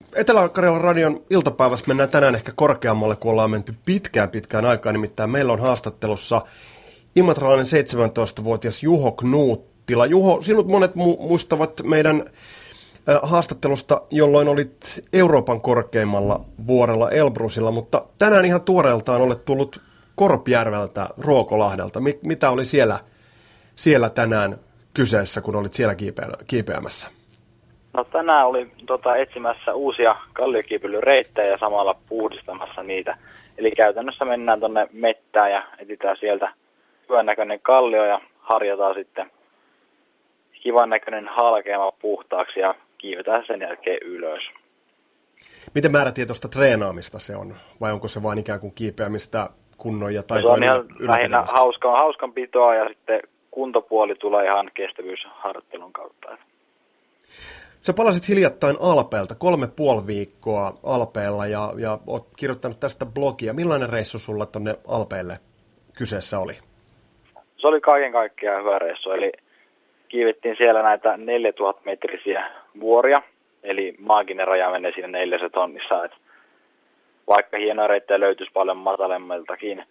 Etelä-Karjalan radion iltapäivässä mennään tänään ehkä korkeammalle, kun ollaan menty pitkään aikaan. Nimittäin meillä on haastattelussa imatralainen 17-vuotias Juho Knuuttila. Juho, sinut monet muistavat meidän haastattelusta, jolloin olit Euroopan korkeimmalla vuorella Elbrusilla, mutta tänään ihan tuoreeltaan olet tullut Korpijärveltä Ruokolahdelta. Mitä oli siellä tänään kyseessä, kun olit siellä kiipeämässä? No tänään oli etsimässä uusia kalliokiipeilyreittejä ja samalla puhdistamassa niitä. Eli käytännössä mennään tuonne mettään ja etsitään sieltä hyvän näköinen kallio ja harjataan sitten kivan näköinen halkeama puhtaaksi ja kiivetään sen jälkeen ylös. Miten määrätietoista treenaamista se on? Vai onko se vain ikään kuin kiipeämistä kunnon ja taitojen Se on ihan lähinnä hauskanpitoa ja sitten kuntopuoli tulee ihan kestävyysharjoittelun kautta. Sä palasit hiljattain Alpeelta, 3,5 viikkoa Alpeella ja oot kirjoittanut tästä blogia. Millainen reissu sulla tuonne Alpeelle kyseessä oli? Se oli kaiken kaikkiaan hyvä reissu, eli kiivettiin siellä näitä 4000-metrisiä vuoria, eli maaginen raja menee siinä 400 tonnissa, että vaikka hienoja reittejä löytyisi paljon matalemmiltakin.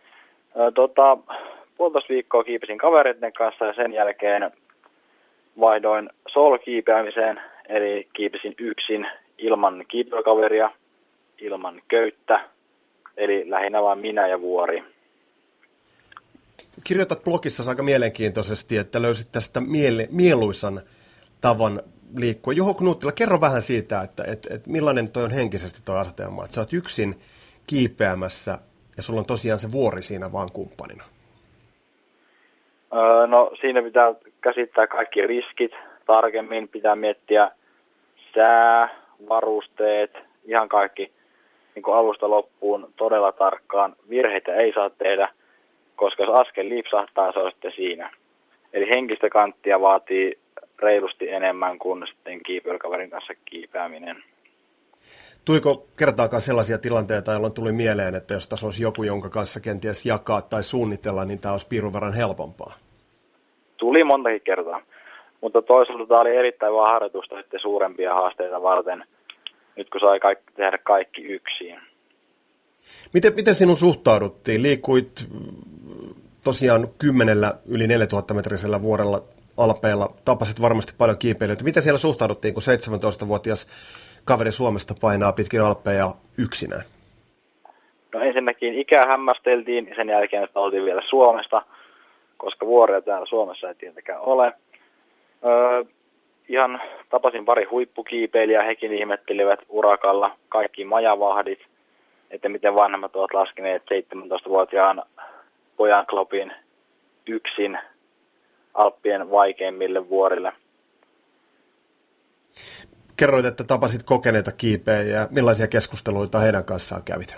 1,5 viikkoa kiipesin kavereiden kanssa ja sen jälkeen vaihdoin solo-kiipeämiseen, eli kiipesin yksin ilman kiipeilykaveria, ilman köyttä, eli lähinnä vain minä ja vuori. Kirjoitat blogissa aika mielenkiintoisesti, että löysit tästä mieluisan tavan liikkua. Juho Knuuttila, kerro vähän siitä, että millainen toi on henkisesti toi asetelma, että sä oot yksin kiipeämässä ja sulla on tosiaan se vuori siinä vaan kumppanina. No siinä pitää käsittää kaikki riskit tarkemmin, pitää miettiä sää, varusteet, ihan kaikki niin kuin alusta loppuun todella tarkkaan. Virheitä ei saa tehdä, koska jos askel lipsahtaa, se on sitten siinä. Eli henkistä kanttia vaatii reilusti enemmän kuin sitten kiipeilykaverin kanssa kiipeäminen. Tuliko kertaakaan sellaisia tilanteita, jolloin tuli mieleen, että jos tässä olisi joku, jonka kanssa kenties jakaa tai suunnitella, niin tämä olisi piirun verran helpompaa? Tuli montakin kertaa, mutta toisaalta tämä oli erittäin vaan harjoitusta sitten suurempia haasteita varten, nyt kun sai tehdä kaikki yksin. Miten sinun suhtauduttiin? Liikuit tosiaan 10 yli 4000 metrisellä vuorella Alpeella, tapasit varmasti paljon kiipeilijöitä. Miten siellä suhtauduttiin, kun 17-vuotias kaveri Suomesta painaa pitkin Alpeja yksinään? No ensinnäkin ikää hämmästeltiin ja sen jälkeen, että oltiin vielä Suomesta, koska vuoria täällä Suomessa ei tietenkään ole. Ihan tapasin pari huippukiipeilijää, hekin ihmettelivät urakalla kaikki majavahdit, että miten vanhemmat ovat laskeneet 17-vuotiaan pojan klopin yksin Alppien vaikeimmille vuorille. Kerroit, että tapasit kokeneita kiipeilijää. Millaisia keskusteluita heidän kanssaan kävit?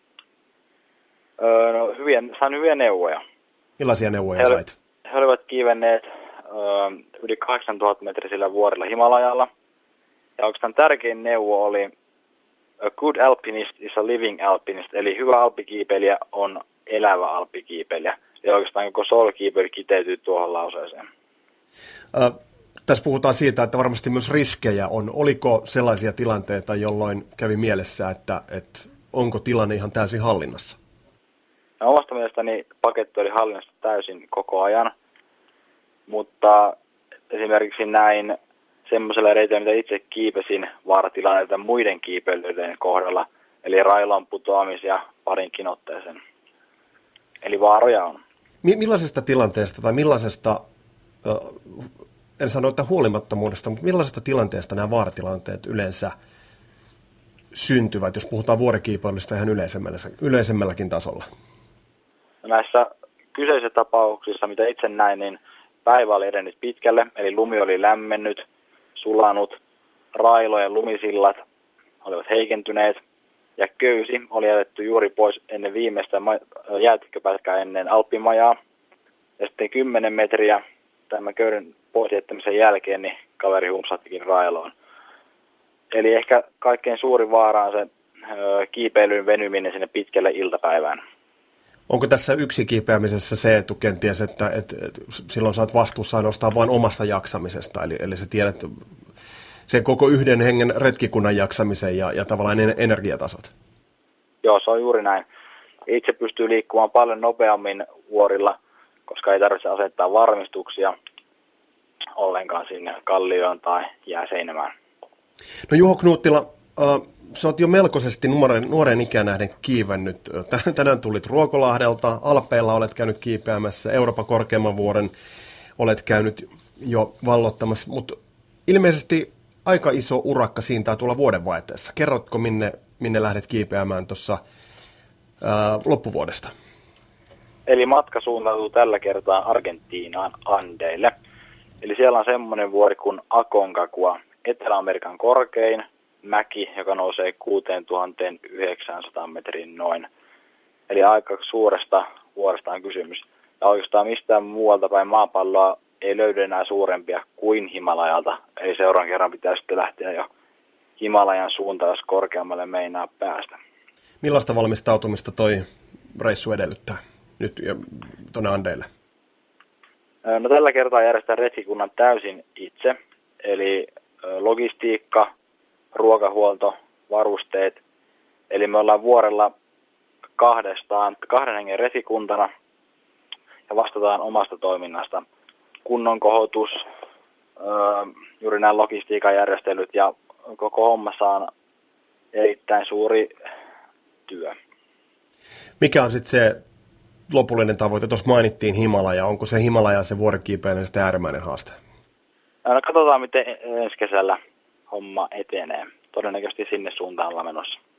No, sain hyviä neuvoja. Millaisia neuvoja sait? He olivat kiivenneet yli 8000 metrisillä vuorilla Himalajalla. Ja oikeastaan tärkein neuvo oli a good alpinist is a living alpinist, eli hyvä alppikiipeilijä on elävä alppikiipeilijä. Ja oikeastaan koko soul-kiipeily kiteytyy tuohon lauseeseen. Tässä puhutaan siitä, että varmasti myös riskejä on. Oliko sellaisia tilanteita, jolloin kävi mielessä, että onko tilanne ihan täysin hallinnassa? No, omasta mielestäni paketti oli hallinnassa täysin koko ajan, mutta esimerkiksi näin semmoisella reiteillä, mitä itse kiipesin vaaratilanteita muiden kiipeilyiden kohdalla, eli railon putoamisia parinkin otteeseen. Eli vaaroja on. Millaisesta tilanteesta tai millaisesta, en sano, että huolimattomuudesta, mutta millaisesta tilanteesta nämä vaaratilanteet yleensä syntyvät, jos puhutaan vuorikiipeilystä ihan yleisemmälläkin tasolla? Näissä kyseisissä tapauksissa, mitä itse näin, niin päivä oli edennyt pitkälle, eli lumi oli lämmennyt, sulanut, railo- lumisillat olivat heikentyneet, ja köysi oli jätetty juuri pois ennen viimeistä jäätikköpätkää ennen alppimajaa. Ja sitten 10 metriä tämän köyden pois jättämisen jälkeen, niin kaveri humpsahtikin railoon. Eli ehkä kaikkein suurin vaara on se kiipeilyn venyminen sinne pitkälle iltapäivään. Onko tässä yksi kiipeämisessä se etu kenties, että silloin sä oot vastuussa ainoastaan vain omasta jaksamisesta, eli sä tiedät se koko yhden hengen retkikunnan jaksamisen ja tavallaan energiatasot. Joo, se on juuri näin. Itse pystyy liikkumaan paljon nopeammin vuorilla, koska ei tarvitse asettaa varmistuksia ollenkaan sinne kallioon tai jääseinämään. No Juho Knuuttila, sä oot jo melkoisesti nuoren ikään nähden kiivennyt. Tänään tulit Ruokolahdelta, Alpeilla olet käynyt kiipeämässä, Euroopan korkeimman vuoren olet käynyt jo vallottamassa, mutta ilmeisesti aika iso urakka siintää tulla vuodenvaihteessa. Kerrotko, minne lähdet kiipeämään tuossa loppuvuodesta? Eli matka suuntautuu tällä kertaa Argentiinaan Andeille. Eli siellä on semmoinen vuori kuin Aconcagua, Etelä-Amerikan korkein mäki, joka nousee 6900 metriin noin. Eli aika suuresta vuoresta on kysymys. Ja oikeastaan mistään muualta päin maapalloa ei löydy enää suurempia kuin Himalajalta. Eli seuraavan kerran pitää sitten lähteä jo Himalajan suuntaan, jos korkeammalle meinaa päästä. Millaista valmistautumista toi reissu edellyttää nyt tuonne Andeille? No tällä kertaa järjestetään retkikunnan täysin itse. Eli logistiikka, ruokahuolto, varusteet. Eli me ollaan vuorella kahden hengen retikuntana ja vastataan omasta toiminnasta. Kunnon kohotus, juuri nämä logistiikan järjestelyt ja koko hommassa on erittäin suuri työ. Mikä on sitten se lopullinen tavoite? Tuossa mainittiin Himalaja. Onko se Himalaja se vuorikiipeäinen sitten äärimmäinen haaste? No katsotaan, miten ensi kesällä homma etenee. Todennäköisesti sinne suuntaan ollaan menossa.